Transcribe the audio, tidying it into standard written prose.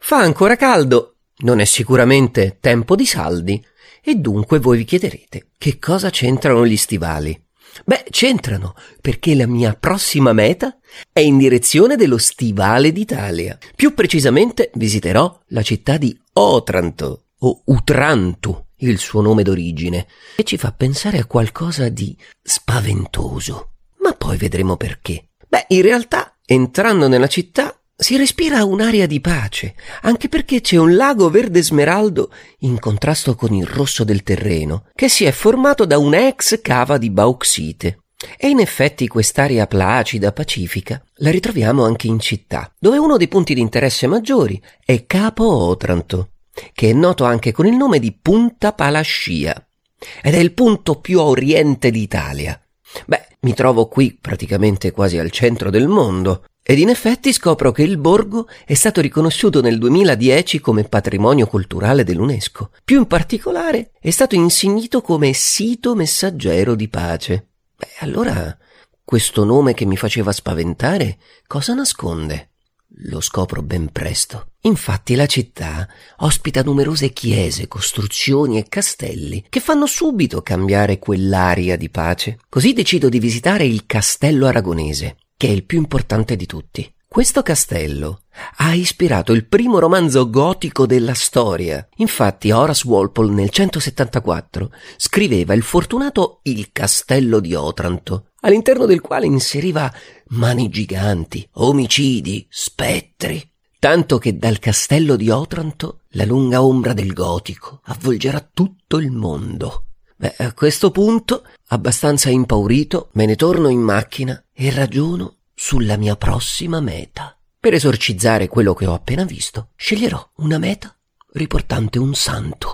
Fa ancora caldo, non è sicuramente tempo di saldi, e dunque voi vi chiederete che cosa c'entrano gli stivali? Beh, c'entrano perché la mia prossima meta è in direzione dello Stivale d'Italia. Più precisamente visiterò la città di Otranto, o Utrantu, il suo nome d'origine, e ci fa pensare a qualcosa di spaventoso. Ma poi vedremo perché. Beh, in realtà, entrando nella città, si respira un'aria di pace, anche perché c'è un lago verde smeraldo in contrasto con il rosso del terreno, che si è formato da una ex cava di bauxite. E in effetti quest'aria placida, pacifica, la ritroviamo anche in città, dove uno dei punti di interesse maggiori è Capo Otranto, che è noto anche con il nome di Punta Palascia, ed è il punto più a oriente d'Italia. Beh, mi trovo qui praticamente quasi al centro del mondo, ed in effetti scopro che il borgo è stato riconosciuto nel 2010 come patrimonio culturale dell'UNESCO. Più in particolare è stato insignito come sito messaggero di pace. Beh, allora questo nome che mi faceva spaventare cosa nasconde? Lo scopro ben presto. Infatti la città ospita numerose chiese, costruzioni e castelli che fanno subito cambiare quell'aria di pace. Così decido di visitare il Castello Aragonese, che è il più importante di tutti. Questo castello ha ispirato il primo romanzo gotico della storia. Infatti Horace Walpole nel 174 scriveva il fortunato Il Castello di Otranto, all'interno del quale inseriva mani giganti, omicidi, spettri, tanto che dal Castello di Otranto la lunga ombra del gotico avvolgerà tutto il mondo. Beh, a questo punto, abbastanza impaurito, me ne torno in macchina e ragiono sulla mia prossima meta. Per esorcizzare quello che ho appena visto, sceglierò una meta riportante un santo.